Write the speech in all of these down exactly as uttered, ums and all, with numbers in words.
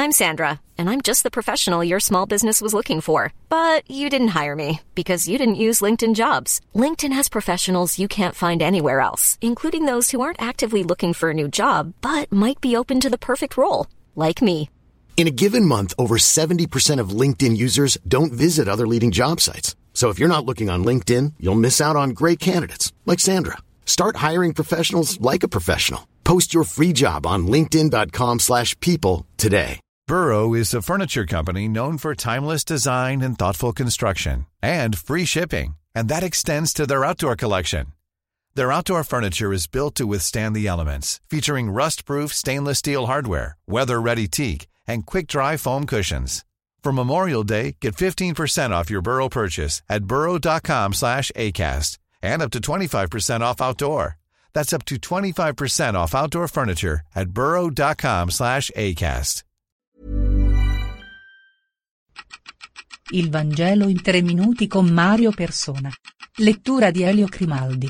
I'm Sandra, and I'm just the professional your small business was looking for. But you didn't hire me because you didn't use LinkedIn Jobs. LinkedIn has professionals you can't find anywhere else, including those who aren't actively looking for a new job, but might be open to the perfect role, like me. In a given month, over seventy percent of LinkedIn users don't visit other leading job sites. So if you're not looking on LinkedIn, you'll miss out on great candidates like Sandra. Start hiring professionals like a professional. Post your free job on linkedin.com slash people today. Burrow is a furniture company known for timeless design and thoughtful construction and free shipping, and that extends to their outdoor collection. Their outdoor furniture is built to withstand the elements, featuring rust-proof stainless steel hardware, weather-ready teak, and quick-dry foam cushions. For Memorial Day, get fifteen percent off your Burrow purchase at burrow.com slash ACAST and up to twenty-five percent off outdoor. That's up to twenty-five percent off outdoor furniture at burrow.com slash ACAST. Il Vangelo in tre minuti con Mario Persona. Lettura di Elio Grimaldi.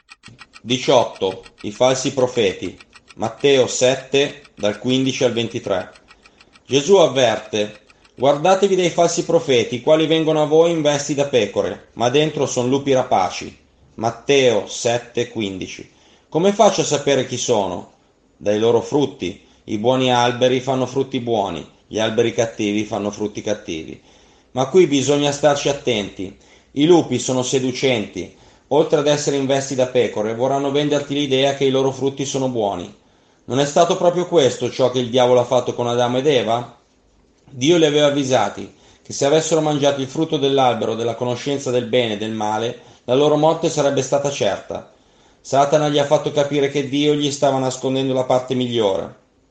diciotto. I falsi profeti. Matteo sette, dal quindici al ventitré. Gesù avverte: guardatevi dai falsi profeti, i quali vengono a voi in vesti da pecore, ma dentro son lupi rapaci. Matteo sette, quindici. Come faccio a sapere chi sono? Dai loro frutti. I buoni alberi fanno frutti buoni, gli alberi cattivi fanno frutti cattivi. Ma qui bisogna starci attenti. I lupi sono seducenti. Oltre ad essere in vesti da pecore, vorranno venderti l'idea che i loro frutti sono buoni. Non è stato proprio questo ciò che il diavolo ha fatto con Adamo ed Eva? Dio li aveva avvisati che se avessero mangiato il frutto dell'albero della conoscenza del bene e del male, la loro morte sarebbe stata certa. Satana gli ha fatto capire che Dio gli stava nascondendo la parte migliore.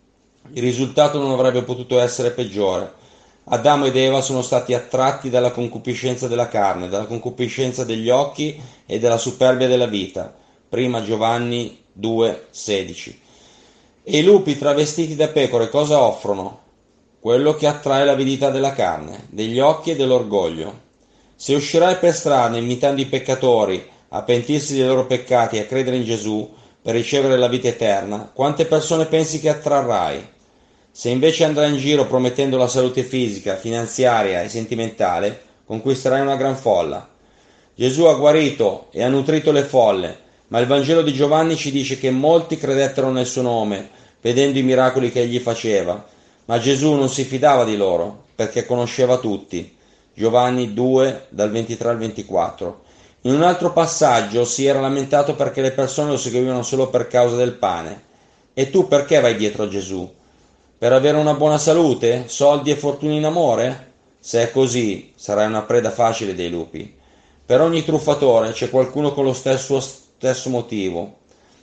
Il risultato non avrebbe potuto essere peggiore. Adamo ed Eva sono stati attratti dalla concupiscenza della carne, dalla concupiscenza degli occhi e dalla superbia della vita. Prima Giovanni due, sedici. E i lupi travestiti da pecore cosa offrono? Quello che attrae l'avidità della carne, degli occhi e dell'orgoglio. Se uscirai per strada imitando i peccatori a pentirsi dei loro peccati e a credere in Gesù per ricevere la vita eterna, quante persone pensi che attrarrai? Se invece andrai in giro promettendo la salute fisica, finanziaria e sentimentale, conquisterai una gran folla. Gesù ha guarito e ha nutrito le folle, ma il Vangelo di Giovanni ci dice che molti credettero nel suo nome, vedendo i miracoli che egli faceva, ma Gesù non si fidava di loro, perché conosceva tutti. Giovanni due, dal ventitré al ventiquattro. In un altro passaggio si era lamentato perché le persone lo seguivano solo per causa del pane. E tu perché vai dietro a Gesù? Per avere una buona salute? Soldi e fortuna in amore? Se è così, sarai una preda facile dei lupi. Per ogni truffatore c'è qualcuno con lo stesso, stesso motivo.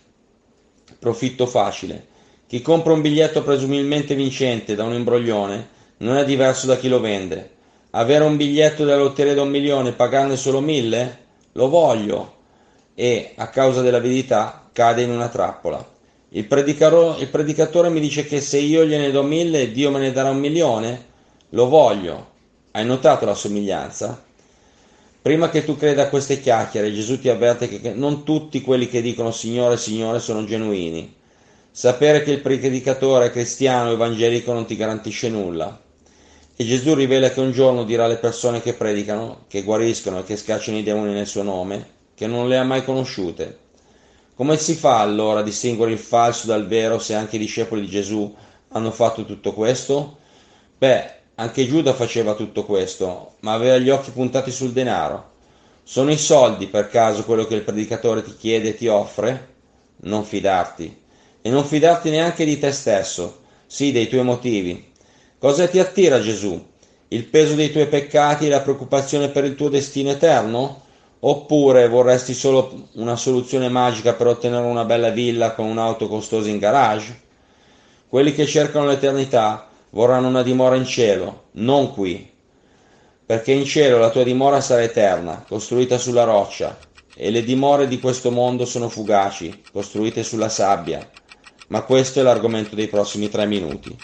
Profitto facile. Chi compra un biglietto presumibilmente vincente da un imbroglione non è diverso da chi lo vende. Avere un biglietto della lotteria da un milione e pagarne solo mille? Lo voglio. E, a causa dell'avidità, cade in una trappola. Il, predicaro, il predicatore mi dice che se io gliene do mille, Dio me ne darà un milione? Lo voglio. Hai notato la somiglianza? Prima che tu creda a queste chiacchiere, Gesù ti avverte che non tutti quelli che dicono Signore, Signore sono genuini. Sapere che il predicatore cristiano o evangelico non ti garantisce nulla. E Gesù rivela che un giorno dirà alle persone che predicano, che guariscono e che scacciano i demoni nel suo nome, che non le ha mai conosciute. Come si fa allora a distinguere il falso dal vero se anche i discepoli di Gesù hanno fatto tutto questo? Beh, anche Giuda faceva tutto questo, ma aveva gli occhi puntati sul denaro. Sono i soldi per caso quello che il predicatore ti chiede e ti offre? Non fidarti. E non fidarti neanche di te stesso, sì, dei tuoi motivi. Cosa ti attira Gesù? Il peso dei tuoi peccati e la preoccupazione per il tuo destino eterno? Oppure vorresti solo una soluzione magica per ottenere una bella villa con un'auto costosa in garage? Quelli che cercano l'eternità vorranno una dimora in cielo, non qui. Perché in cielo la tua dimora sarà eterna, costruita sulla roccia, e le dimore di questo mondo sono fugaci, costruite sulla sabbia. Ma questo è l'argomento dei prossimi tre minuti.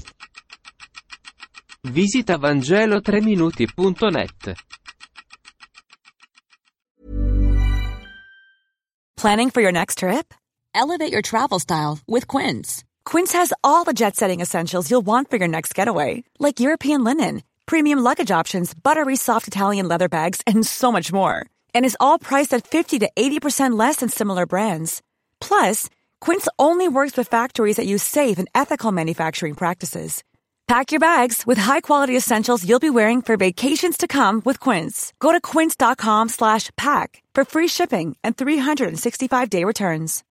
Visita vangelo tre minuti punto net. Planning for your next trip? Elevate your travel style with Quince. Quince has all the jet-setting essentials you'll want for your next getaway, like European linen, premium luggage options, buttery soft Italian leather bags, and so much more. And is all priced at fifty to eighty percent less than similar brands. Plus, Quince only works with factories that use safe and ethical manufacturing practices. Pack your bags with high-quality essentials you'll be wearing for vacations to come with Quince. Go to quince.com slash pack for free shipping and three sixty-five day returns.